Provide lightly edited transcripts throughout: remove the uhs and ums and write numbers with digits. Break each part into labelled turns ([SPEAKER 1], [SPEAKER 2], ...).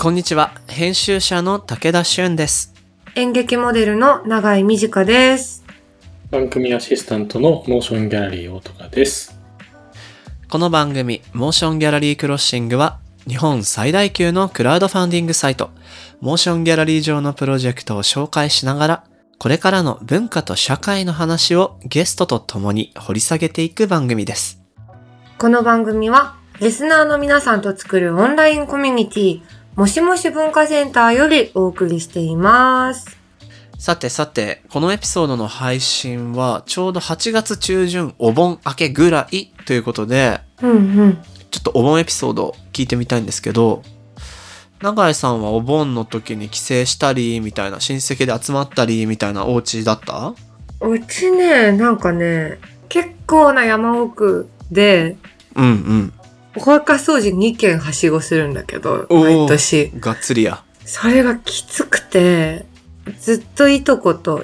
[SPEAKER 1] こんにちは。編集者の武田俊です。
[SPEAKER 2] 演劇モデルの永井美智香です。
[SPEAKER 3] 番組アシスタントのモーションギャラリー大高です。
[SPEAKER 1] この番組モーションギャラリークロッシングは日本最大級のクラウドファンディングサイトモーションギャラリー上のプロジェクトを紹介しながらこれからの文化と社会の話をゲストと共に掘り下げていく番組です。
[SPEAKER 2] この番組はリスナーの皆さんと作るオンラインコミュニティもしもし文化センターよりお送りしています。
[SPEAKER 1] さて、このエピソードの配信はちょうど8月中旬お盆明けぐらいということで、ちょっとお盆エピソード聞いてみたいんですけど、永井さんはお盆の時に帰省したりみたいな、親戚で集まったりみたいなお家だった？
[SPEAKER 2] うちね、なんかね、結構な山奥で、お墓掃除2軒はしごするんだけど、毎年。
[SPEAKER 1] がっつりや。
[SPEAKER 2] それがきつくて、ずっといと子が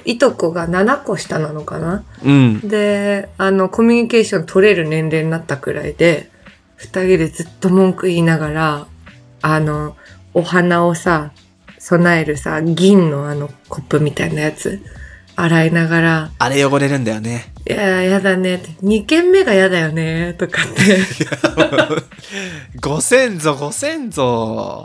[SPEAKER 2] 7個下なのかな、で、コミュニケーション取れる年齢になったくらいで、2人でずっと文句言いながら、お花をさ、備えるさ、銀のコップみたいなやつ、洗いながら。
[SPEAKER 1] あれ汚れるんだよね。
[SPEAKER 2] いや、やだねって。2軒目がやだよね、とかって。
[SPEAKER 1] ご先祖。そう、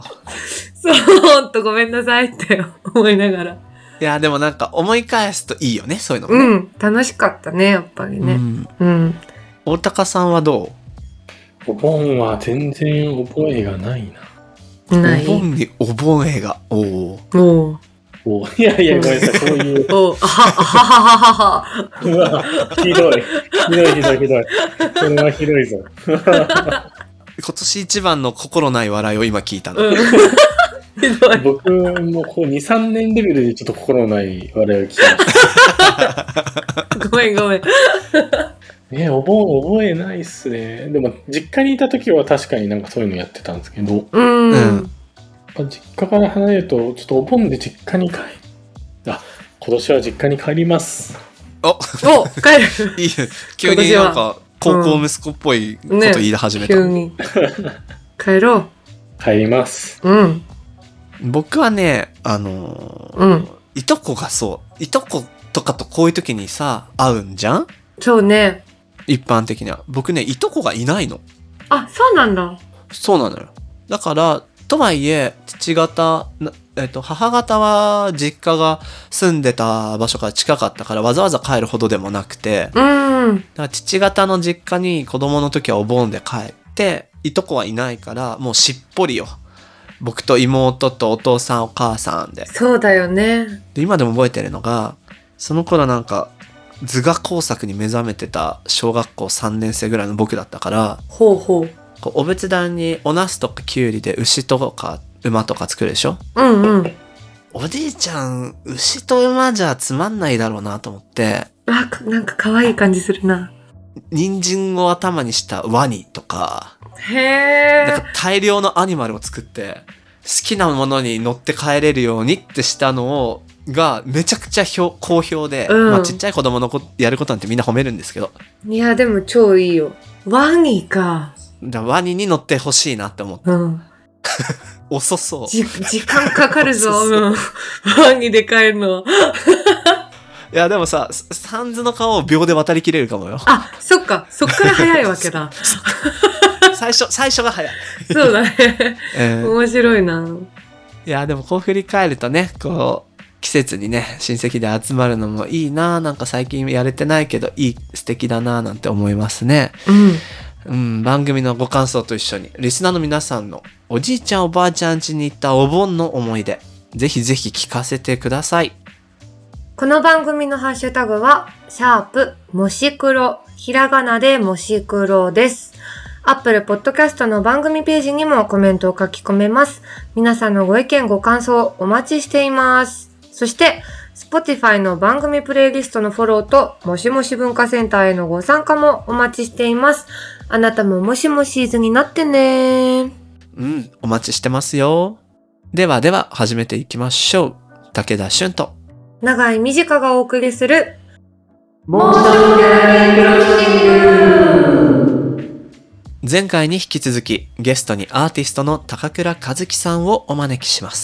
[SPEAKER 2] ほんとごめんなさいって思いながら。
[SPEAKER 1] いや、でもなんか思い返すといいよね、そういうのもね。
[SPEAKER 2] 楽しかったね、やっぱりね。
[SPEAKER 1] 大高さんはど
[SPEAKER 3] う？お盆は全然覚えがないな。
[SPEAKER 2] ない。
[SPEAKER 1] お盆にお盆映画。
[SPEAKER 3] いや、ごめんなさい、そういう。
[SPEAKER 2] あはは。
[SPEAKER 3] うわ、ひどい。それはひどいぞ。
[SPEAKER 1] 今年一番の心ない笑いを今聞いたの。
[SPEAKER 2] ひどい。
[SPEAKER 3] 僕もこう2、3年レベルでちょっと心ない笑いを聞きまし
[SPEAKER 2] た。ごめん。
[SPEAKER 3] お盆覚えないっすね。でも、実家にいた時は確かになんかそういうのやってたんですけど。実家から離れると、ちょっとお盆で実家に今年は実家に帰ります。
[SPEAKER 2] 帰る。
[SPEAKER 1] いいね。急になんか、高校息子っぽいこと言い始めた。
[SPEAKER 2] 急に。帰ろう。
[SPEAKER 3] 帰ります。
[SPEAKER 1] 僕はね、いとことかとこういう時にさ、会うんじゃん？
[SPEAKER 2] そうね。
[SPEAKER 1] 一般的には。僕ね、いとこがいないの。
[SPEAKER 2] あ、そうなんだ。
[SPEAKER 1] そうなのよ。だから、とはいえ、父方、母方は実家が住んでた場所から近かったからわざわざ帰るほどでもなくて、だから父方の実家に子供の時はお盆で帰って、いとこはいないからもうしっぽりよ。僕と妹とお父さんお母さんで。
[SPEAKER 2] そうだよね。
[SPEAKER 1] で、今でも覚えてるのが、その頃なんか図画工作に目覚めてた小学校3年生ぐらいの僕だったから、お仏壇にお茄子とかきゅうりで牛とか馬とか作るでしょ？おじいちゃん、牛と馬じゃつまんないだろうなと思って。
[SPEAKER 2] なんか可愛い感じするな。
[SPEAKER 1] 人参を頭にしたワニとか。なんか大量のアニマルを作って、好きなものに乗って帰れるようにってしたのがめちゃくちゃ好評で、ちっちゃい子供のやることなんてみんな褒めるんですけど。
[SPEAKER 2] いや、でも超いいよ。ワニか。
[SPEAKER 1] ワニに乗ってほしいなって思って。遅そう。
[SPEAKER 2] 時間かかるぞ。ワニで帰るの。
[SPEAKER 1] いや、でもさ、サンズの川を秒で渡りきれるかもよ。
[SPEAKER 2] あ、そっか。そっから早いわけだ。
[SPEAKER 1] 最初が早い。
[SPEAKER 2] そうだね。面白いな。
[SPEAKER 1] いや、でもこう振り返るとね、こう、季節にね、親戚で集まるのもいいな。なんか最近やれてないけど、素敵だな、なんて思いますね。番組のご感想と一緒に、リスナーの皆さんのおじいちゃんおばあちゃん家に行ったお盆の思い出、ぜひぜひ聞かせてください。
[SPEAKER 2] この番組のハッシュタグは、もし黒、ひらがなでもし黒です。Apple Podcast の番組ページにもコメントを書き込めます。皆さんのご意見ご感想お待ちしています。そして、Spotify の番組プレイリストのフォローと、もしもし文化センターへのご参加もお待ちしています。あなたももしもしーずになってね。
[SPEAKER 1] お待ちしてますよ。では始めていきましょう。武田俊と
[SPEAKER 2] 永井美智香がお送りするモーションギャラリークロッシング。
[SPEAKER 1] 前回に引き続きゲストにアーティストの高倉和樹さんをお招きします。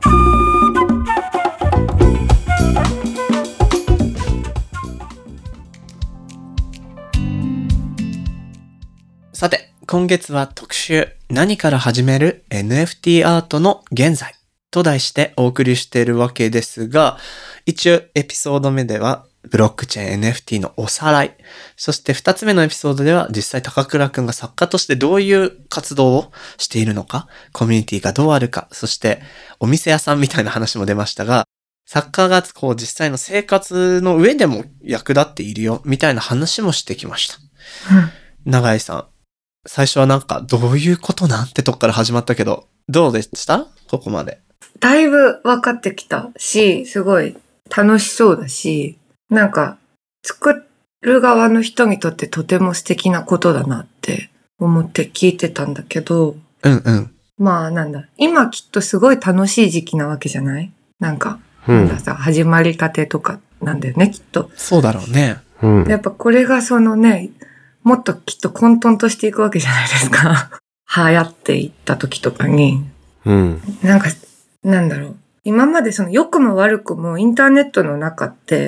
[SPEAKER 1] さて、今月は特集何から始める NFT アートの現在と題してお送りしているわけですが、一応エピソード目ではブロックチェーン NFT のおさらい、そして2つ目のエピソードでは実際高倉くんが作家としてどういう活動をしているのか、コミュニティがどうあるか、そしてお店屋さんみたいな話も出ましたが、作家がこう実際の生活の上でも役立っているよみたいな話もしてきました。永井さん、最初はなんかどういうことなんてとこから始まったけど、どうでしたここまで。
[SPEAKER 2] だいぶ分かってきたし、すごい楽しそうだし、なんか作る側の人にとってとても素敵なことだなって思って聞いてたんだけど、
[SPEAKER 1] うんうん。
[SPEAKER 2] まあなんだ、今きっとすごい楽しい時期なわけじゃない？なんか、なんださ、始まりたてとかなんだよね、きっと。
[SPEAKER 1] そうだろうね。
[SPEAKER 2] やっぱこれがそのね、もっときっと混沌としていくわけじゃないですか。流行っていった時とかに。なんか、なんだろう。今までその良くも悪くもインターネットの中って、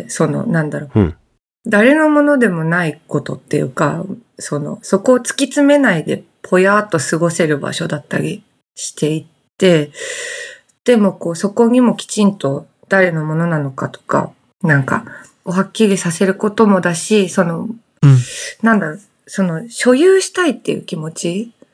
[SPEAKER 2] そのなんだろう。誰のものでもないことっていうか、そこを突き詰めないでぽやーっと過ごせる場所だったりしていって、でもこうそこにもきちんと誰のものなのかとか、なんか、をはっきりさせることもだし、なんだろう、所有したいっていう気持ちって、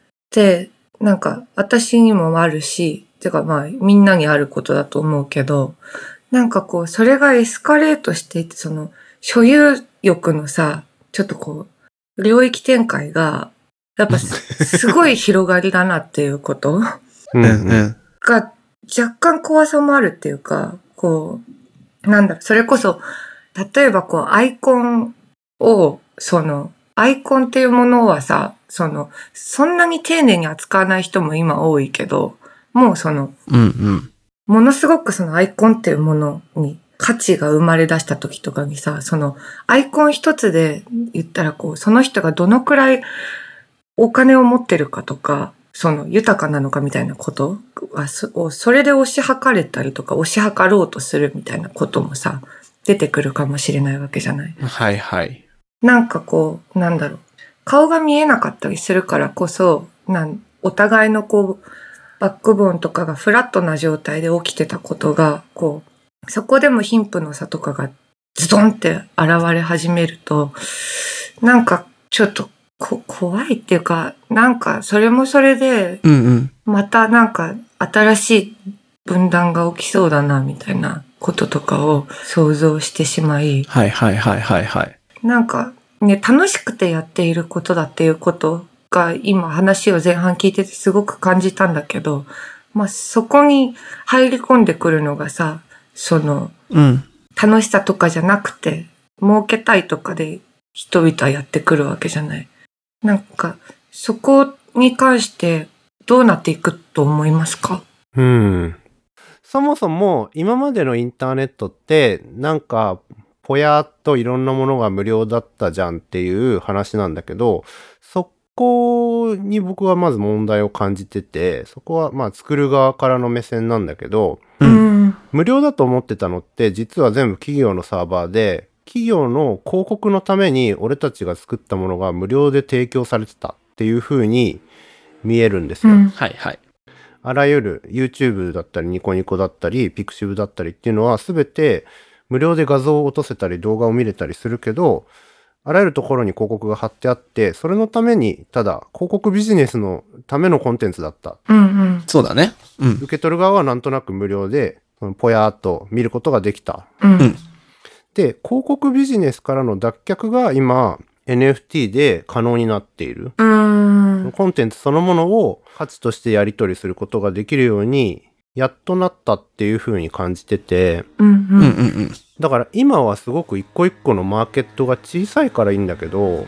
[SPEAKER 2] なんか、私にもあるし、てかまあ、みんなにあることだと思うけど、なんかこう、それがエスカレートしていて、所有欲のさ、ちょっとこう、領域展開が、やっぱすごい広がりだなっていうことが、若干怖さもあるっていうか、こう、なんだろう、それこそ、例えばこう、アイコンを、アイコンっていうものはさ、そんなに丁寧に扱わない人も今多いけど、もうものすごくアイコンっていうものに価値が生まれ出した時とかにさ、アイコン一つで言ったらこう、その人がどのくらいお金を持ってるかとか、豊かなのかみたいなことを、それで推し量れたりとか、推し量ろうとするみたいなこともさ、出てくるかもしれないわけじゃない。
[SPEAKER 1] はいはい。
[SPEAKER 2] なんかこう、なんだろう。顔が見えなかったりするからこそ、お互いのこう、バックボーンとかがフラットな状態で起きてたことが、こう、そこでも貧富の差とかがズドンって現れ始めると、なんかちょっと怖いっていうか、なんかそれもそれで、またなんか新しい分断が起きそうだな、みたいなこととかを想像してしまい。
[SPEAKER 1] はいはいはいはいはい。
[SPEAKER 2] なんかね、楽しくてやっていることだっていうことが今話を前半聞いててすごく感じたんだけど、まあそこに入り込んでくるのがさ、楽しさとかじゃなくて、儲けたいとかで人々はやってくるわけじゃない。なんかそこに関してどうなっていくと思いますか？
[SPEAKER 4] そもそも今までのインターネットってなんかぽやっといろんなものが無料だったじゃんっていう話なんだけど、そこに僕はまず問題を感じてて、そこはまあ作る側からの目線なんだけど、無料だと思ってたのって実は全部企業のサーバーで、企業の広告のために俺たちが作ったものが無料で提供されてたっていう風に見えるんですよ。
[SPEAKER 1] はいはい。
[SPEAKER 4] あらゆる YouTube だったりニコニコだったり Pixiv だったりっていうのは全て無料で画像を落とせたり動画を見れたりするけど、あらゆるところに広告が貼ってあって、それのためにただ広告ビジネスのためのコンテンツだった。
[SPEAKER 1] そうだね。
[SPEAKER 4] 受け取る側はなんとなく無料でぽやーっと見ることができた。で、広告ビジネスからの脱却が今 NFT で可能になっている。コンテンツそのものを価値としてやり取りすることができるようにやっとなったっていう風に感じてて、だから今はすごく一個一個のマーケットが小さいからいいんだけど、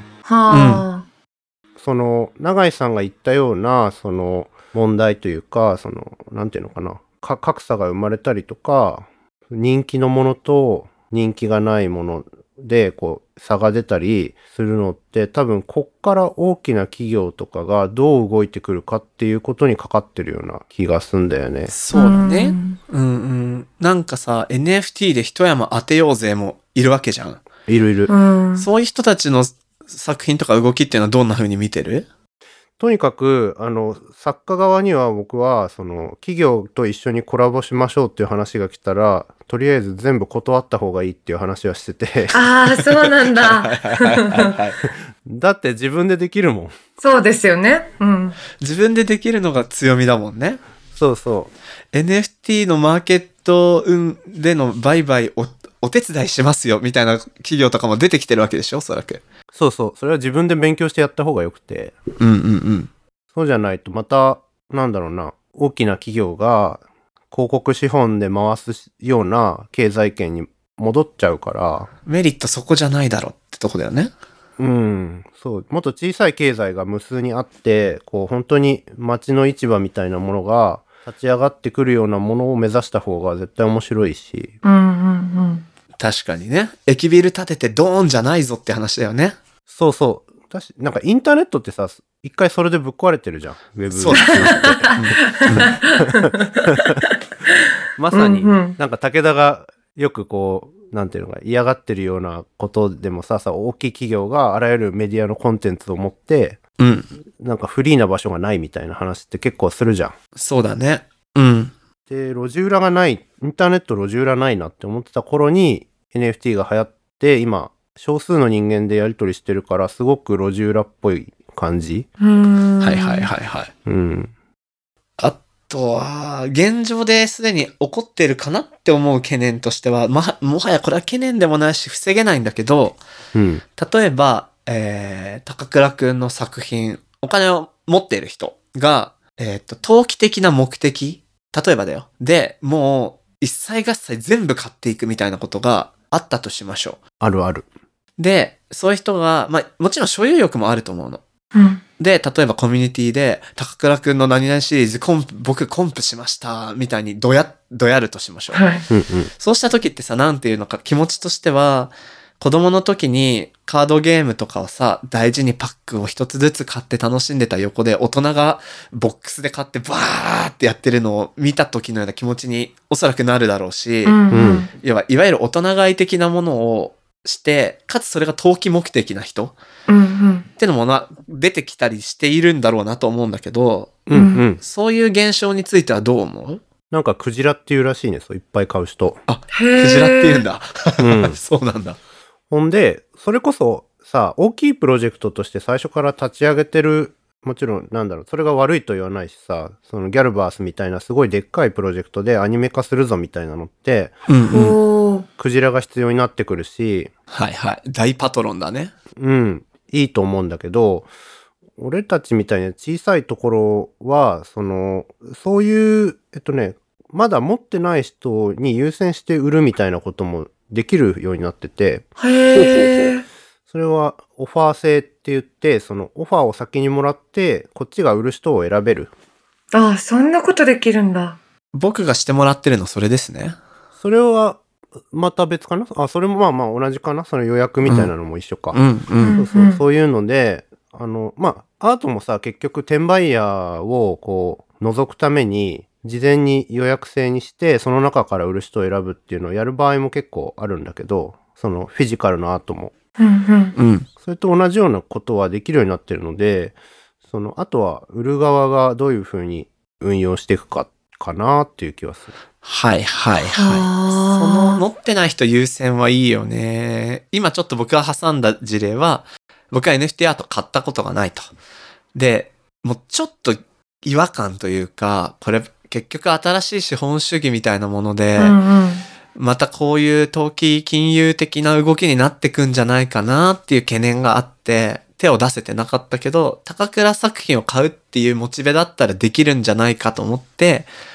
[SPEAKER 4] 永井さんが言ったような問題というか、なんていうのかな、格差が生まれたりとか、人気のものと人気がないものでこう差が出たりするのって多分こっから大きな企業とかがどう動いてくるかっていうことにかかってるような気がすんだよね。
[SPEAKER 1] そうだね。なんかさ、NFT で一山当てようぜもいるわけじゃん。
[SPEAKER 4] いるいる。
[SPEAKER 1] そういう人たちの作品とか動きっていうのはどんな風に見てる？
[SPEAKER 4] とにかく作家側には僕はその企業と一緒にコラボしましょうっていう話が来たらとりあえず全部断った方がいいっていう話はしてて
[SPEAKER 2] ああ、そうなんだ。
[SPEAKER 4] だって自分でできるもん。
[SPEAKER 2] そうですよね。
[SPEAKER 1] 自分でできるのが強みだもんね。
[SPEAKER 4] そうそう。
[SPEAKER 1] NFT のマーケットでの売買お手伝いしますよみたいな企業とかも出てきてるわけでしょ、おそらく。
[SPEAKER 4] そうそう。それは自分で勉強してやった方がよくて。そうじゃないとまた、なんだろうな、大きな企業が広告資本で回すような経済圏に戻っちゃうから。
[SPEAKER 1] メリットそこじゃないだろってとこだよね。
[SPEAKER 4] そう。もっと小さい経済が無数にあって、こう本当に街の市場みたいなものが立ち上がってくるようなものを目指した方が絶対面白いし。
[SPEAKER 1] 確かにね。駅ビル建ててドーンじゃないぞって話だよね。
[SPEAKER 4] そうそう。なんかインターネットってさ、一回それでぶっ壊れてるじゃん。ウェブ
[SPEAKER 1] そう
[SPEAKER 4] まさに、なんか武田がよくこう、なんていうのか嫌がってるようなことでもさ、大きい企業があらゆるメディアのコンテンツを持って、なんかフリーな場所がないみたいな話って結構するじゃん。
[SPEAKER 1] そうだね。
[SPEAKER 4] で、路地裏がない、インターネット路地裏ないなって思ってた頃に NFT が流行って、今、少数の人間でやり取りしてるから、すごく路地裏っぽい感じ。
[SPEAKER 1] あとは、現状ですでに起こってるかなって思う懸念としては、もはやこれは懸念でもないし防げないんだけど、例えば、高倉くんの作品、お金を持っている人が、投機的な目的、例えばだよ。で、もう、一切合切全部買っていくみたいなことがあったとしましょう。
[SPEAKER 4] あるある。
[SPEAKER 1] で、そういう人が、もちろん所有欲もあると思うの。で、例えばコミュニティで、高倉くんの何々シリーズ僕コンプしました、みたいにどやるとしましょう。そうした時ってさ、なんていうのか、気持ちとしては、子供の時にカードゲームとかをさ、大事にパックを一つずつ買って楽しんでた横で、大人がボックスで買ってバーってやってるのを見た時のような気持ちにおそらくなるだろうし、いわゆる大人買い的なものをして、かつそれが投機目的な人ってのも出てきたりしているんだろうなと思うんだけど、そういう現象についてはどう思う？
[SPEAKER 4] なんかクジラっていうらしいね、そういっぱい買う人。
[SPEAKER 1] あ、クジラって言うんだ。そうなんだ。
[SPEAKER 4] ほんで、それこそさ、大きいプロジェクトとして最初から立ち上げてる、もちろんそれが悪いと言わないしさ、そのギャルバースみたいなすごいでっかいプロジェクトでアニメ化するぞみたいなのって、クジラが必要になってくるし、
[SPEAKER 1] 大パトロンだね。
[SPEAKER 4] いいと思うんだけど、俺たちみたいな小さいところは、そういう、まだ持ってない人に優先して売るみたいなこともできるようになってて、それはオファー制って言って、そのオファーを先にもらって、こっちが売る人を選べる。
[SPEAKER 2] ああ、そんなことできるんだ。
[SPEAKER 1] 僕がしてもらってるのそれですね。それ
[SPEAKER 4] は、また別かな？それもまあ同じかな？その予約みたいなのも一緒か。そういうので、アートもさ、結局転売ヤーをこう、除くために、事前に予約制にして、その中から売る人を選ぶっていうのをやる場合も結構あるんだけど、そのフィジカルのアートも。それと同じようなことはできるようになってるので、あとは売る側がどういうふうに運用していくかなっていう気はする。そ
[SPEAKER 1] の持ってない人優先はいいよね。今ちょっと僕が挟んだ事例は、僕は NFT アート買ったことがないと。で、もうちょっと違和感というか、これ結局新しい資本主義みたいなもので、またこういう投機金融的な動きになってくんじゃないかなっていう懸念があって、手を出せてなかったけど、高倉作品を買うっていうモチベだったらできるんじゃないかと思って、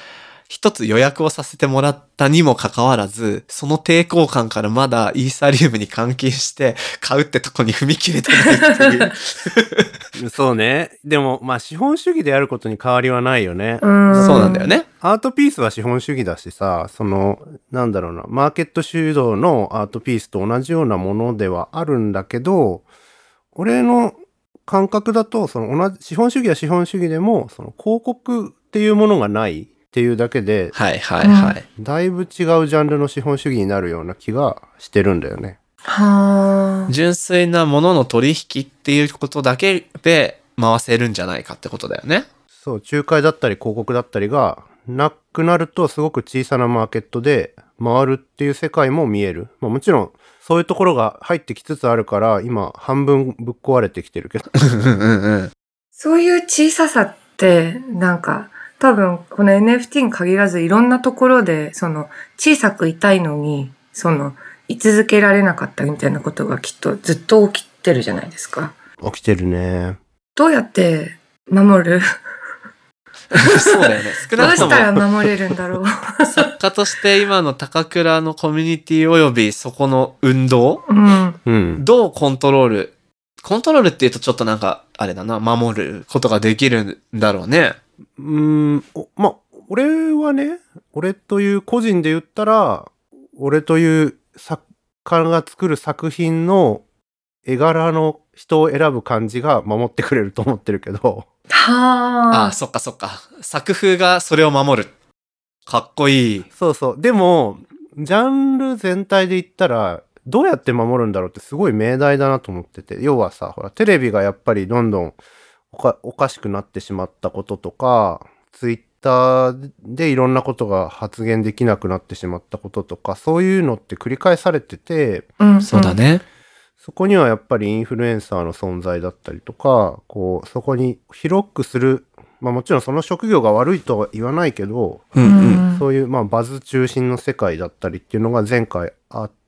[SPEAKER 1] 一つ予約をさせてもらったにもかかわらず、その抵抗感からまだイーサリウムに換金して買うってとこに踏み切れてないっていう。
[SPEAKER 4] そうね。でも、まあ資本主義であることに変わりはないよね。
[SPEAKER 1] そうなんだよね。
[SPEAKER 4] アートピースは資本主義だしさ、なんだろうな、マーケット主導のアートピースと同じようなものではあるんだけど、俺の感覚だと、同じ、資本主義は資本主義でも、広告っていうものがないっていうだけで、
[SPEAKER 1] はいはいはい。
[SPEAKER 4] だいぶ違うジャンルの資本主義になるような気がしてるんだよね。
[SPEAKER 2] はあ。
[SPEAKER 1] 純粋なものの取引っていうことだけで回せるんじゃないかってことだよね。
[SPEAKER 4] そう、仲介だったり広告だったりがなくなるとすごく小さなマーケットで回るっていう世界も見える。まあもちろんそういうところが入ってきつつあるから今半分ぶっ壊れてきてるけど。
[SPEAKER 2] そういう小ささってなんか多分この NFT に限らずいろんなところで小さくいたいのに居続けられなかったみたいなことがきっとずっと起きてるじゃないですか。
[SPEAKER 4] 起きてるね。
[SPEAKER 2] どうやって守る？
[SPEAKER 1] そうだよね。少
[SPEAKER 2] どう
[SPEAKER 1] なくとも
[SPEAKER 2] したら守れるんだろう。
[SPEAKER 1] 作家として今の高倉のコミュニティおよびそこの運動、
[SPEAKER 4] うん。
[SPEAKER 1] どうコントロールっていうとちょっとなんかあれだな、守ることができるんだろうね。
[SPEAKER 4] まあ俺はね、俺という個人で言ったら、俺という作家が作る作品の絵柄の人を選ぶ感じが守ってくれると思ってるけど。
[SPEAKER 2] はあ。
[SPEAKER 1] そっかそっか。作風がそれを守る。かっこいい。
[SPEAKER 4] そうそう。でも、ジャンル全体で言ったら、どうやって守るんだろうってすごい命題だなと思ってて。要はさ、ほら、テレビがやっぱりどんどんおかしくなってしまったこととか、ツイッターでいろんなことが発言できなくなってしまったこととか、そういうのって繰り返されてて、
[SPEAKER 1] そうだね。
[SPEAKER 4] そこにはやっぱりインフルエンサーの存在だったりとか、そこに広くする、まあもちろんその職業が悪いとは言わないけど、そういうまあバズ中心の世界だったりっていうのが前回あって、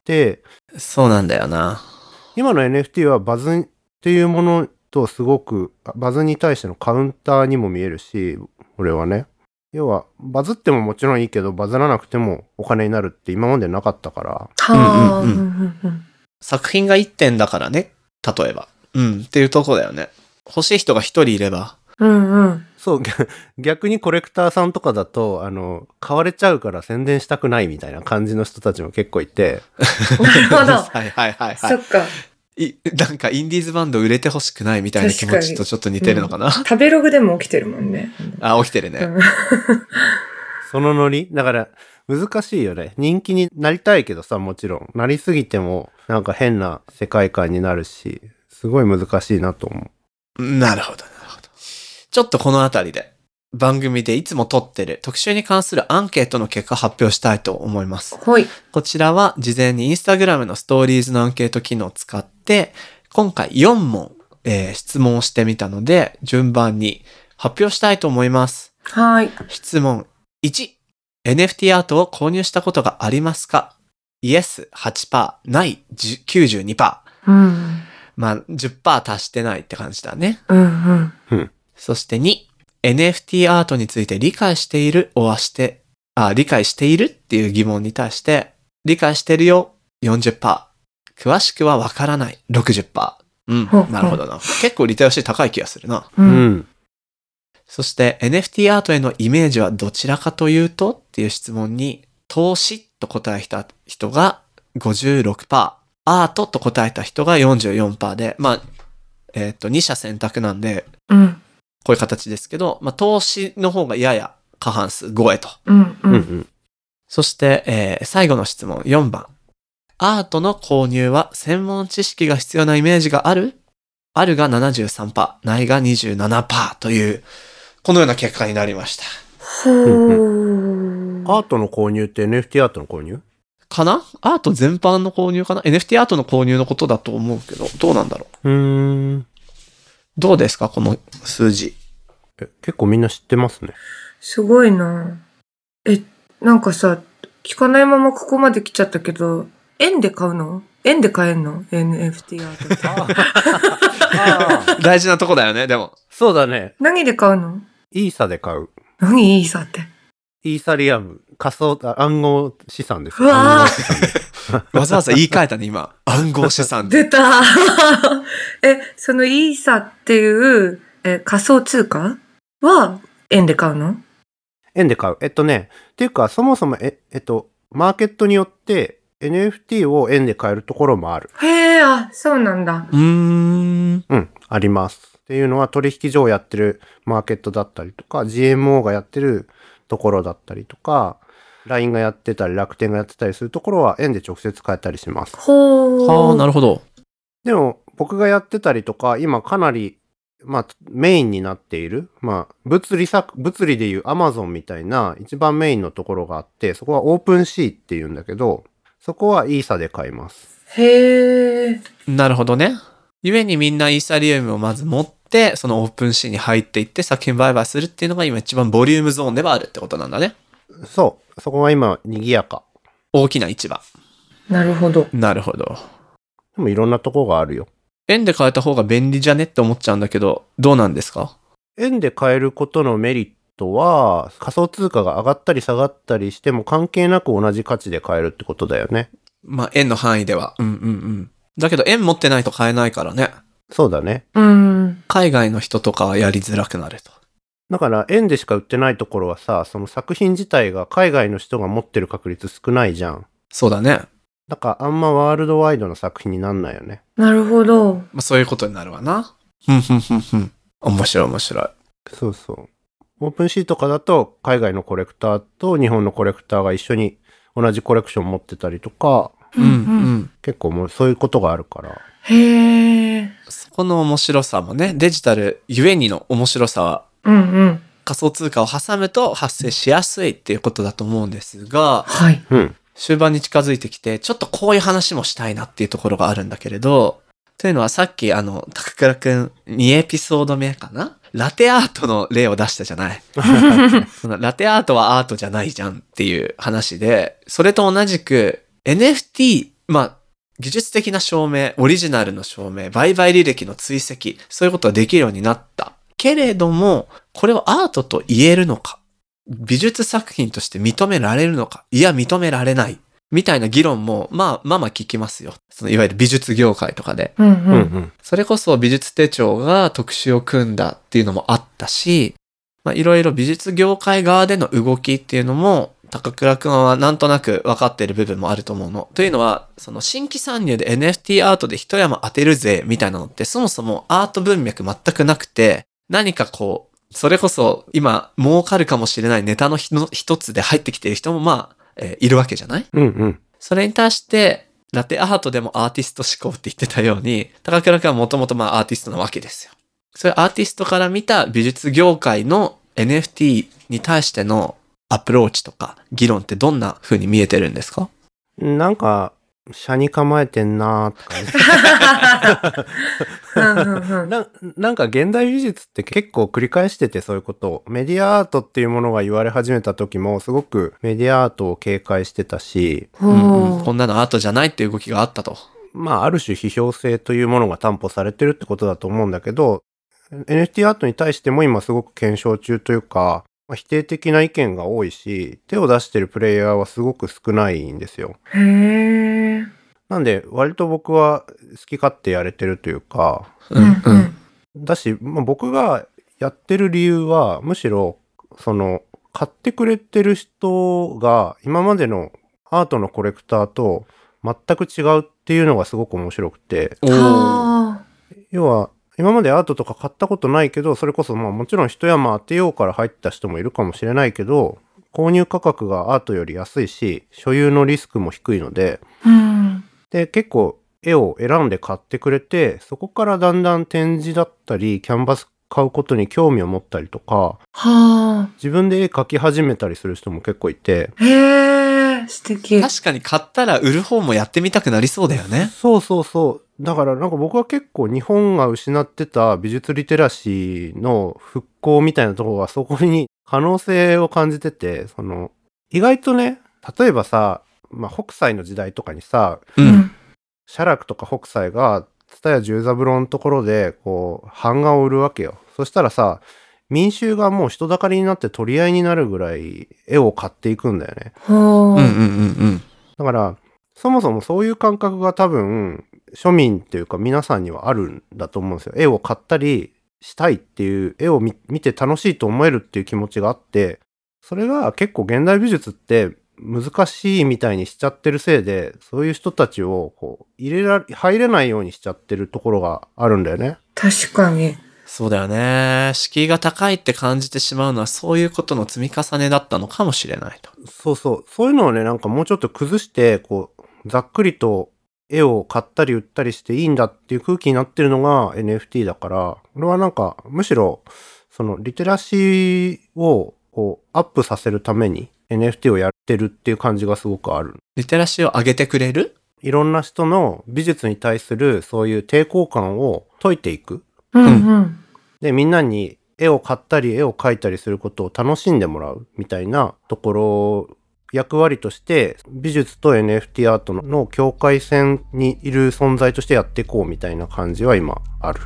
[SPEAKER 1] そうなんだよな。
[SPEAKER 4] 今の NFT はバズっていうものとすごく、バズに対してのカウンターにも見えるし、俺はね。要は、バズってももちろんいいけど、バズらなくてもお金になるって今までなかったから。
[SPEAKER 1] 作品が1点だからね。例えば。っていうとこだよね。欲しい人が1人いれば。
[SPEAKER 4] そう、逆にコレクターさんとかだと、買われちゃうから宣伝したくないみたいな感じの人たちも結構いて。
[SPEAKER 2] なるほど。
[SPEAKER 1] はいはいはい。
[SPEAKER 2] そっか。
[SPEAKER 1] なんかインディーズバンド売れてほしくないみたいな気持ちとちょっと似てるのかな。
[SPEAKER 2] 食べログでも起きてるもんね。
[SPEAKER 1] 起きてるね。
[SPEAKER 4] そのノリだから難しいよね。人気になりたいけどさ、もちろん。なりすぎてもなんか変な世界観になるし、すごい難しいなと思
[SPEAKER 1] う。なるほど。ちょっとこのあたりで番組でいつも撮ってる特集に関するアンケートの結果発表したいと思います。
[SPEAKER 2] はい。
[SPEAKER 1] こちらは事前にインスタグラムのストーリーズのアンケート機能を使って、今回4問、質問をしてみたので、順番に発表したいと思います。
[SPEAKER 2] はい。
[SPEAKER 1] 質問1。NFT アートを購入したことがありますか？ Yes 8%、ない 92%。まあ、10% 足してないって感じだね。そして2、NFT アートについて理解しているっていう疑問に対して、理解してるよ 40%、詳しくはわからない 60%。なるほどな。結構リテラシー高い気がするな。そして NFT アートへのイメージはどちらかというとっていう質問に、投資と答えた人が 56%、アートと答えた人が 44% で、まあ、2者選択なんで、こういう形ですけど、まあ、投資の方がやや過半数超えと。そして、最後の質問4番。アートの購入は専門知識が必要なイメージがある？あるが 73%、ないが 27% という、このような結果になりました。
[SPEAKER 4] アートの購入って NFT アートの購入？
[SPEAKER 1] かな？アート全般の購入かな？ NFT アートの購入のことだと思うけど、どうなんだろう。どうですかこの数字。
[SPEAKER 4] 結構みんな知ってますね。
[SPEAKER 2] すごいな。なんかさ、聞かないままここまで来ちゃったけど、円で買うの？円で買えんの？ NFT アートって。
[SPEAKER 1] 大事なとこだよね、でも。
[SPEAKER 4] そうだね。
[SPEAKER 2] 何で買うの？
[SPEAKER 4] イーサで買う。
[SPEAKER 2] 何イーサって。
[SPEAKER 4] イーサリアム、暗号資産です。
[SPEAKER 2] うわー
[SPEAKER 4] 暗号資産です。
[SPEAKER 1] わざわざ言い換えたね、今。暗号資産で。
[SPEAKER 2] 出たそのイーサっていう、仮想通貨は円で買うの？
[SPEAKER 4] 円で買う。っていうか、そもそも、マーケットによって NFT を円で買えるところもある。
[SPEAKER 2] へえ、あ、そうなんだ。
[SPEAKER 1] うん、
[SPEAKER 4] あります。っていうのは取引所をやってるマーケットだったりとか、GMO がやってるところだったりとか、LINE がやってたり、楽天がやってたりするところは円で直接買えたりします。
[SPEAKER 2] ほー。
[SPEAKER 1] はあ、なるほど。
[SPEAKER 4] でも、僕がやってたりとか、今かなり、メインになっている、物理でいう Amazon みたいな一番メインのところがあって、そこはオープンシーっていうんだけど、そこはイーサで買います。
[SPEAKER 2] へえ。
[SPEAKER 1] なるほどね。故にみんなイーサリアムをまず持って、そのオープンシーに入っていって作品売買するっていうのが今一番ボリュームゾーンではあるってことなんだね。
[SPEAKER 4] そう。そこが今、賑やか。
[SPEAKER 1] 大きな市場。
[SPEAKER 2] なるほど。
[SPEAKER 1] なるほど。
[SPEAKER 4] でもいろんなとこがあるよ。
[SPEAKER 1] 円で買えた方が便利じゃねって思っちゃうんだけど、どうなんですか？
[SPEAKER 4] 円で買えることのメリットは、仮想通貨が上がったり下がったりしても関係なく同じ価値で買えるってことだよね。
[SPEAKER 1] まあ、円の範囲では。だけど、円持ってないと買えないからね。
[SPEAKER 4] そうだね。
[SPEAKER 1] 海外の人とかはやりづらくなると。
[SPEAKER 4] だから円でしか売ってないところはさ、その作品自体が海外の人が持ってる確率少ないじゃん。
[SPEAKER 1] そうだね。
[SPEAKER 4] だからあんまワールドワイドの作品になんないよね。
[SPEAKER 2] なるほど。
[SPEAKER 1] まあ、そういうことになるわな。面白い面白い。
[SPEAKER 4] そうそう。オープンシーとかだと海外のコレクターと日本のコレクターが一緒に同じコレクション持ってたりとか、結構もうそういうことがあるから。
[SPEAKER 2] へえ。
[SPEAKER 1] そこの面白さもね、デジタルゆえにの面白さは、仮想通貨を挟むと発生しやすいっていうことだと思うんですが、
[SPEAKER 2] はい。
[SPEAKER 1] 終盤に近づいてきて、ちょっとこういう話もしたいなっていうところがあるんだけれ高倉くん2エピソード目かな？ラテアートの例を出したじゃない。そのラテアートはアートじゃないじゃんっていう話で、それと同じく NFT、技術的な証明、オリジナルの証明、売買履歴の追跡、そういうことができるようになった。けれども、これをアートと言えるのか、美術作品として認められるのか、いや認められない、みたいな議論も、聞きますよ。そのいわゆる美術業界とかで。それこそ美術手帳が特集を組んだっていうのもあったし、いろいろ美術業界側での動きっていうのも、高倉くんはなんとなく分かっている部分もあると思うの。というのは、その新規参入で NFT アートで一山当てるぜ、みたいなのって、そもそもアート文脈全くなくて、何かそれこそ今儲かるかもしれないネタの一つで入ってきている人もいるわけじゃない？それに対して、ラテアートでもアーティスト思考って言ってたように、高倉くんはもともとアーティストなわけですよ。そういうアーティストから見た美術業界の NFT に対してのアプローチとか議論ってどんな風に見えてるんですか？
[SPEAKER 4] なんか、車に構えてんなーって感じ。なんか現代美術って結構繰り返しててそういうことを。メディアアートっていうものが言われ始めた時もすごくメディアアートを警戒してたし、
[SPEAKER 1] こんなのアートじゃないっていう動きがあったと。
[SPEAKER 4] ある種批評性というものが担保されてるってことだと思うんだけど、NFT アートに対しても今すごく検証中というか、否定的な意見が多いし、手を出してるプレイヤーはすごく少ないんですよ。
[SPEAKER 2] へー。
[SPEAKER 4] なんで、割と僕は好き勝手やれてるというか、だし、僕がやってる理由は、むしろ、買ってくれてる人が、今までのアートのコレクターと全く違うっていうのがすごく面白くて、要は、今までアートとか買ったことないけど、それこそもちろん一山当てようから入った人もいるかもしれないけど、購入価格がアートより安いし、所有のリスクも低いので、で、結構絵を選んで買ってくれて、そこからだんだん展示だったり、キャンバス買うことに興味を持ったりとか、自分で絵描き始めたりする人も結構いて。
[SPEAKER 2] 素敵。
[SPEAKER 1] 確かに買ったら売る方もやってみたくなりそうだよね。
[SPEAKER 4] そう。だから僕は結構日本が失ってた美術リテラシーの復興みたいなところがそこに可能性を感じてて、意外とね、例えばさ、北斎の時代とかにさ、写楽とか北斎が蔦屋十三郎のところで版画を売るわけよ。そしたらさ、 民衆がもう人だかりになって取り合いになるぐらい絵を買っていくんだよね。だからそもそもそういう感覚が多分庶民っていうか皆さんにはあるんだと思うんですよ。絵を買ったりしたいっていう、絵を見て楽しいと思えるっていう気持ちがあって、それが結構現代美術って難しいみたいにしちゃってるせいで、そういう人たちをこう入れないようにしちゃってるところがあるんだよね。
[SPEAKER 2] 確かに。
[SPEAKER 1] そうだよね。敷居が高いって感じてしまうのはそういうことの積み重ねだったのかもしれないと。
[SPEAKER 4] そういうのをね、なんかもうちょっと崩して、こうざっくりと絵を買ったり売ったりしていいんだっていう空気になってるのが NFT だから、俺はなんかむしろそのリテラシーをこうアップさせるために NFT をやってるっていう感じがすごくある。
[SPEAKER 1] リテラシーを上げてくれる？
[SPEAKER 4] いろんな人の美術に対するそういう抵抗感を解いていく。で、みんなに絵を買ったり絵を描いたりすることを楽しんでもらうみたいなところ、役割として美術と NFT アートの境界線にいる存在としてやっていこうみたいな感じは今ある。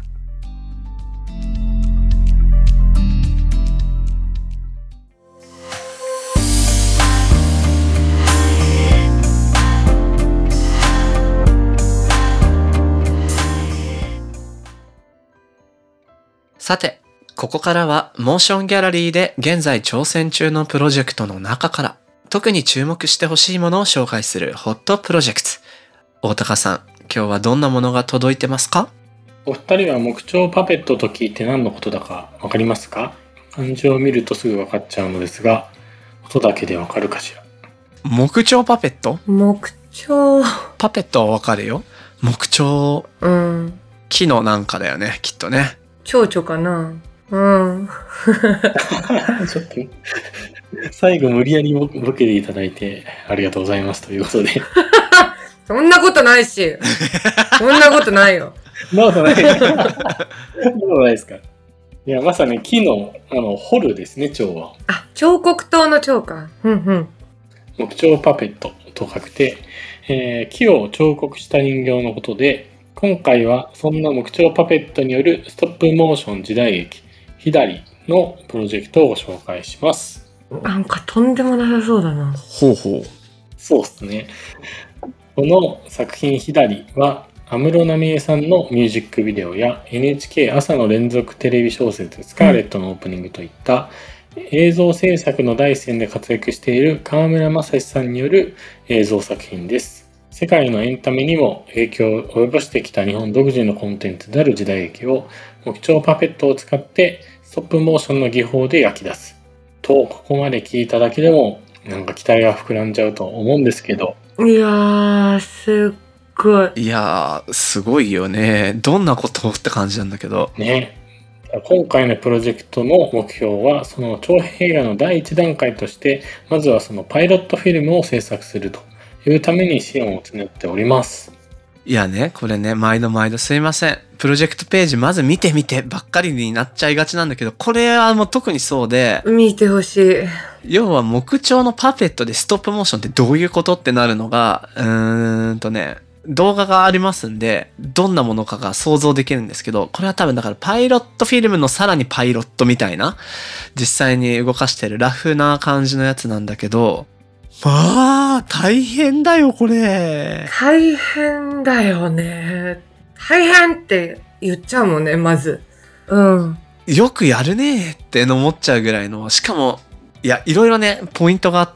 [SPEAKER 1] さて、ここからはモーションギャラリーで現在挑戦中のプロジェクトの中から特に注目してほしいものを紹介するホットプロジェクト。大高さん、今日はどんなものが届いてますか？
[SPEAKER 3] お二人は木彫パペットと聞いて何のことだかわかりますか？漢字を見るとすぐわかっちゃうのですが、音だけでわかるかしら。
[SPEAKER 1] 木彫パペット？
[SPEAKER 2] 木彫
[SPEAKER 1] パペットはわかるよ。木彫、木のなんかだよね、きっとね。
[SPEAKER 2] 蝶々かな。
[SPEAKER 3] ちょっと最後無理やりボケていただいてありがとうございますということで。
[SPEAKER 2] そんなことないし。そんなことないよ。
[SPEAKER 3] そんなことない。そんなことないですか。いや、まさに木の彫るですね、彫は。
[SPEAKER 2] あ、彫刻刀の彫か。
[SPEAKER 3] 木彫パペットと書くて、木を彫刻した人形のことで、今回はそんな木彫パペットによるストップモーション時代劇ひだりのプロジェクトをご紹介します。
[SPEAKER 2] なんかとんでもなさそうだな。
[SPEAKER 1] ほうほう。
[SPEAKER 3] そうですね。この作品ひだりは安室奈美恵さんのミュージックビデオや NHK 朝の連続テレビ小説スカーレットのオープニングといった映像制作の第一線で活躍している川村雅史さんによる映像作品です。世界のエンタメにも影響を及ぼしてきた日本独自のコンテンツである時代劇を木彫パペットを使ってストップモーションの技法で焼き出すと、ここまで聞いただけでもなんか期待が膨らんじゃうと思うんですけど、
[SPEAKER 2] いやーすっごい。
[SPEAKER 1] いやーすごいよね。どんなことって感じなんだけど
[SPEAKER 3] ね。今回のプロジェクトの目標はその長編映画の第一段階としてまずはそのパイロットフィルムを制作するというために支援を募っております。
[SPEAKER 1] いやね、これね、毎度すいません。プロジェクトページまず見てばっかりになっちゃいがちなんだけど、これはもう特にそうで、
[SPEAKER 2] 見てほしい。
[SPEAKER 1] 要は木彫のパペットでストップモーションってどういうことってなるのが、動画がありますんで、どんなものかが想像できるんですけど、これは多分だからパイロットフィルムのさらにパイロットみたいな、実際に動かしてるラフな感じのやつなんだけど、まあ、大変だよ、これ。
[SPEAKER 2] 大変だよね。大変って言っちゃうもんね、まず。
[SPEAKER 1] よくやるねって思っちゃうぐらいの、しかも、いや、いろいろね、ポイントがあって、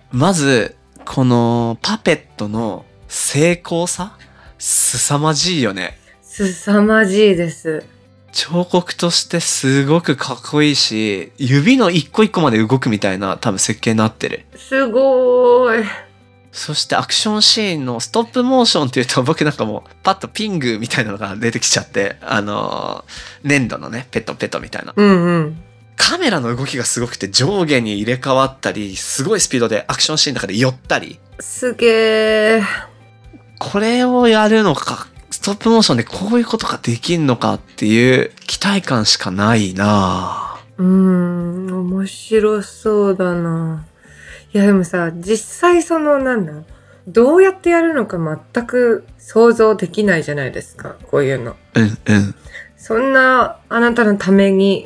[SPEAKER 1] まず、このパペットの精巧さ？凄まじいよね。
[SPEAKER 2] 凄まじいです。
[SPEAKER 1] 彫刻としてすごくかっこいいし、指の一個一個まで動くみたいな多分設計になってる。
[SPEAKER 2] すごーい。
[SPEAKER 1] そしてアクションシーンのストップモーションっていうと僕なんかもうパッとピングみたいなのが出てきちゃって、粘土のね、ペトペトみたいな。カメラの動きがすごくて上下に入れ替わったり、すごいスピードでアクションシーンの中で寄ったり。
[SPEAKER 2] すげー。
[SPEAKER 1] これをやるのか。ストップモーションでこういうことができんのかっていう期待感しかないなぁ。
[SPEAKER 2] 面白そうだな。いやでもさ、実際どうやってやるのか全く想像できないじゃないですか、こういうの。
[SPEAKER 1] うん。
[SPEAKER 2] そんなあなたのために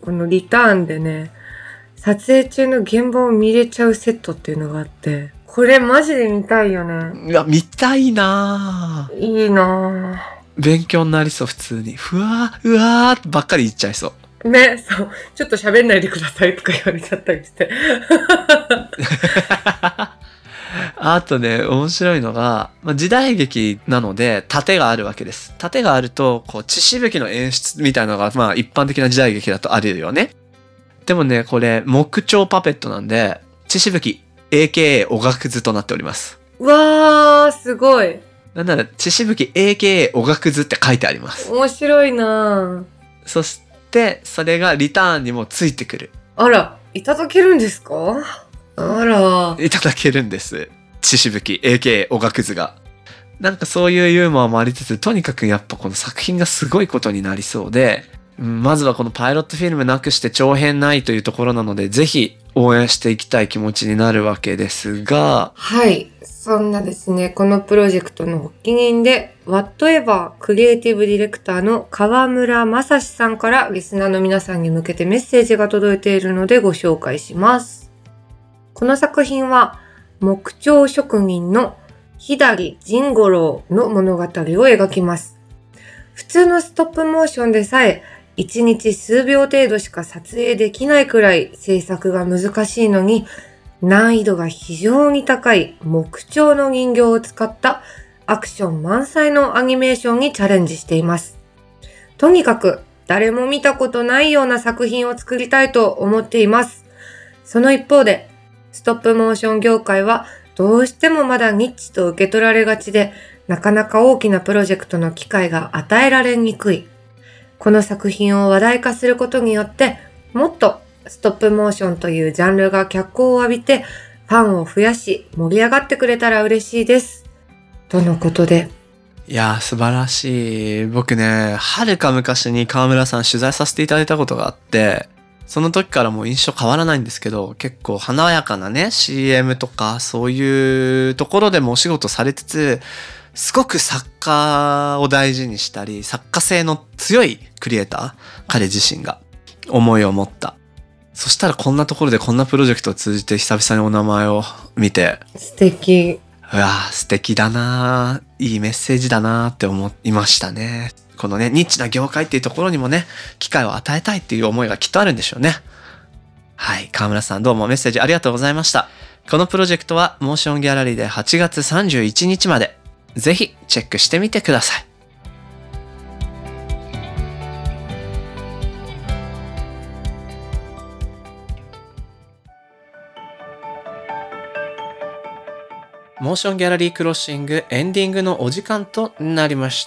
[SPEAKER 2] このリターンでね、撮影中の現場を見れちゃうセットっていうのがあって、これマジで見たいよね。
[SPEAKER 1] いや、見たいなぁ。
[SPEAKER 2] いいなぁ。
[SPEAKER 1] 勉強になりそう、普通に。うわーばっかり言っちゃいそう。
[SPEAKER 2] ね、そう。ちょっと喋んないでくださいとか言われちゃったりして。
[SPEAKER 1] あとね、面白いのが、時代劇なので、盾があるわけです。盾があると、こう、血しぶきの演出みたいなのが、一般的な時代劇だとあるよね。でもね、これ、木彫パペットなんで、血しぶき、AKA おがくずとなっております。
[SPEAKER 2] うわー、すごい。
[SPEAKER 1] なんなら、血しぶき、AKA おがくずって書いてあります。
[SPEAKER 2] 面白いなぁ。
[SPEAKER 1] そして、それがリターンにもついてくる。
[SPEAKER 2] あら、いただけるんですか？あら。
[SPEAKER 1] いただけるんです。血しぶき AKA おがくずが。なんかそういうユーモアもありつつ、とにかくやっぱこの作品がすごいことになりそうで、まずはこのパイロットフィルムなくして長編ないというところなので、ぜひ応援していきたい気持ちになるわけですが、
[SPEAKER 2] はい。そんなですね、このプロジェクトの発起人で、Whatever クリエイティブディレクターの川村正史さんからリスナーの皆さんに向けてメッセージが届いているのでご紹介します。この作品は、木彫職人の左甚五郎の物語を描きます。普通のストップモーションでさえ1日数秒程度しか撮影できないくらい制作が難しいのに、難易度が非常に高い木彫の人形を使ったアクション満載のアニメーションにチャレンジしています。とにかく誰も見たことないような作品を作りたいと思っています。その一方で、ストップモーション業界はどうしてもまだニッチと受け取られがちで、なかなか大きなプロジェクトの機会が与えられにくい。この作品を話題化することによって、もっとストップモーションというジャンルが脚光を浴びて、ファンを増やし盛り上がってくれたら嬉しいです。とのことで。
[SPEAKER 1] いやー素晴らしい。僕ね、はるか昔に川村さん取材させていただいたことがあって、その時からもう印象変わらないんですけど、結構華やかなね CM とかそういうところでもお仕事されつつ、すごく作家を大事にしたり、作家性の強いクリエイター、彼自身が思いを持った。そしたらこんなところでこんなプロジェクトを通じて久々にお名前を見て、
[SPEAKER 2] 素敵。
[SPEAKER 1] うわー素敵だなー、いいメッセージだなーって思いましたね。このね、ニッチな業界っていうところにもね、機会を与えたいっていう思いがきっとあるんでしょうね。はい、川村さんどうもメッセージありがとうございました。このプロジェクトはモーションギャラリーで8月31日まで、ぜひチェックしてみてください。モーションギャラリークロッシングエンディングのお時間となりました。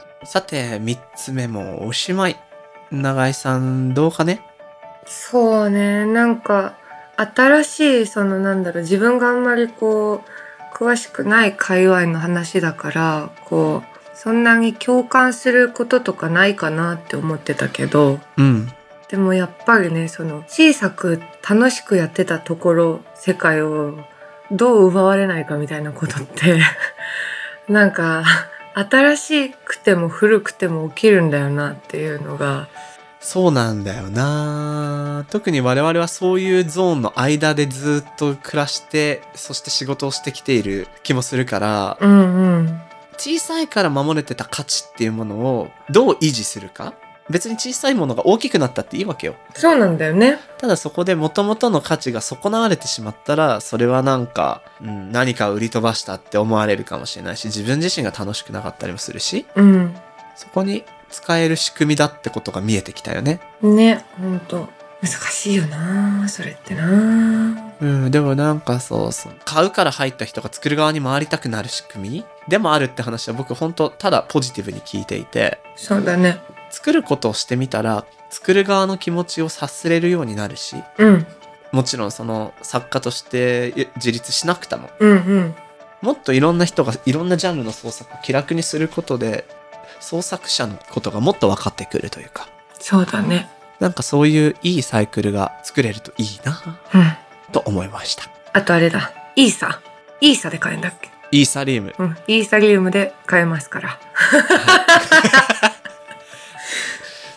[SPEAKER 1] さて、3つ目もおしまい。永井さん、どうかね？
[SPEAKER 2] そうね、なんか、新しい、自分があんまり詳しくない界隈の話だから、そんなに共感することとかないかなって思ってたけど、でもやっぱりね、小さく楽しくやってたところ、世界をどう奪われないかみたいなことって、なんか、新しくても古くても起きるんだよなっていうのが。
[SPEAKER 1] そうなんだよな。特に我々はそういうゾーンの間でずっと暮らして、そして仕事をしてきている気もするから、小さいから守れてた価値っていうものをどう維持するか。別に小さいものが大きくなったっていいわけよ。
[SPEAKER 2] そうなんだよね。
[SPEAKER 1] ただそこで元々の価値が損なわれてしまったら、それはなんか、何かを売り飛ばしたって思われるかもしれないし、自分自身が楽しくなかったりもするし、そこに使える仕組みだってことが見えてきたよね。
[SPEAKER 2] ね、ほんと。難しいよなそれってな。
[SPEAKER 1] でもなんかそう、買うから入った人が作る側に回りたくなる仕組みでもあるって話は僕ほんとただポジティブに聞いていて。
[SPEAKER 2] そうだね。
[SPEAKER 1] 作ることをしてみたら、作る側の気持ちを察すれるようになるし、もちろん作家として自立しなくても、もっといろんな人がいろんなジャンルの創作を気楽にすることで、創作者のことがもっと分かってくるというか。
[SPEAKER 2] そうだね。
[SPEAKER 1] なんかそういういいサイクルが作れるといいな、と思いました。
[SPEAKER 2] あとあれだ。イーサで買えんだっけ？
[SPEAKER 1] イーサリウム。
[SPEAKER 2] イーサリウムで買えますから。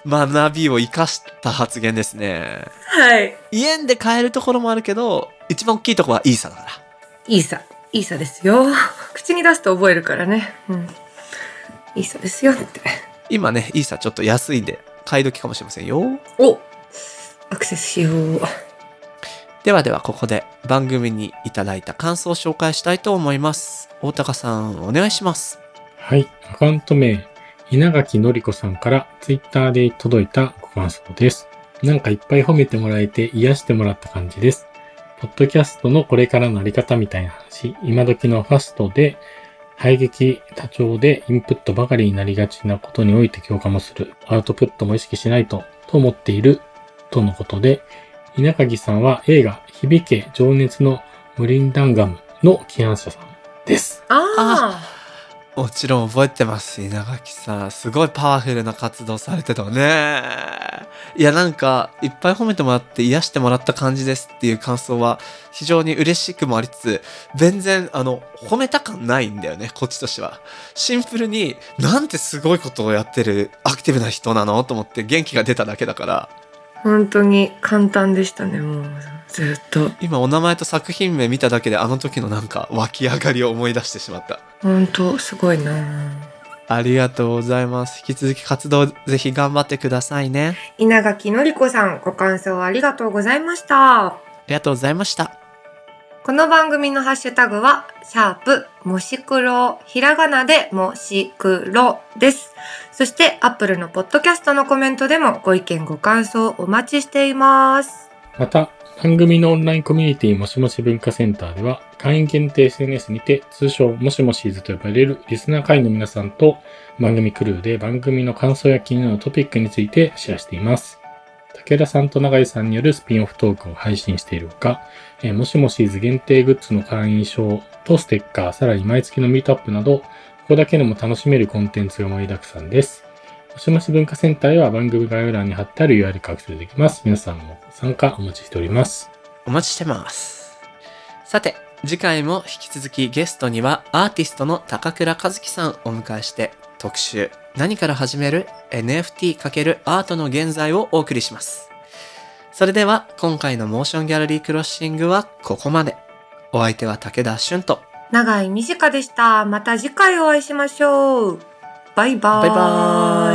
[SPEAKER 1] 学びを生かした発言ですね。
[SPEAKER 2] はい。
[SPEAKER 1] 家で買えるところもあるけど、一番大きいところはイーサだから。
[SPEAKER 2] イーサですよ。口に出すと覚えるからね。うん。イーサですよって。
[SPEAKER 1] 今ね、イーサちょっと安いんで、買い時かもしれませんよ。
[SPEAKER 2] お、アクセスしよう。
[SPEAKER 1] ではここで番組にいただいた感想を紹介したいと思います。大高さん、お願いします。
[SPEAKER 3] はい。アカウント名、稲垣のりこさんからツイッターで届いたご感想です。なんかいっぱい褒めてもらえて癒してもらった感じです。ポッドキャストのこれからのあり方みたいな話、今時のファストで、排撃多調でインプットばかりになりがちなことにおいて共感もする。アウトプットも意識しないと思っているとのことで、稲垣さんは映画響け情熱のムリンダンガムの起案者さんです。
[SPEAKER 1] もちろん覚えてますし、稲垣さん、すごいパワフルな活動されてたわね。いや、なんか、いっぱい褒めてもらって癒してもらった感じですっていう感想は、非常に嬉しくもありつつ、全然、褒めた感ないんだよね、こっちとしては。シンプルに、なんてすごいことをやってるアクティブな人なのと思って元気が出ただけだから。
[SPEAKER 2] 本当に簡単でしたね、もうずっと。
[SPEAKER 1] 今お名前と作品名見ただけであの時のなんか湧き上がりを思い出してしまった。
[SPEAKER 2] 本当すごいな。
[SPEAKER 1] ありがとうございます。引き続き活動ぜひ頑張ってくださいね。
[SPEAKER 2] 稲垣のりこさん、ご感想ありがとうございました。
[SPEAKER 1] ありがとうございました。
[SPEAKER 2] この番組のハッシュタグは、もし黒、ひらがなでもし黒です。そして、Apple のポッドキャストのコメントでもご意見ご感想お待ちしています。
[SPEAKER 3] また、番組のオンラインコミュニティもしもし文化センターでは、会員限定 SNS にて、通称もしもしーずと呼ばれるリスナー会員の皆さんと番組クルーで番組の感想や気になるトピックについてシェアしています。武田さんと永井さんによるスピンオフトークを配信しているほか、もしもしーず限定グッズの会員証とステッカー、さらに毎月のミートアップなど、ここだけでも楽しめるコンテンツが盛りだくさんです。もしもし文化センターへは番組概要欄に貼ってある URL からアクセスできます。皆さんも参加お待ちしております。
[SPEAKER 1] お待ちしてます。さて、次回も引き続きゲストにはアーティストの高倉和樹さんをお迎えして特集何から始める NFT× アートの現在をお送りします。それでは今回のモーションギャラリークロッシングはここまで。お相手は武田俊と
[SPEAKER 2] 永井美智香でした。また次回お会いしましょう。バイバーイ。
[SPEAKER 1] バイバーイ。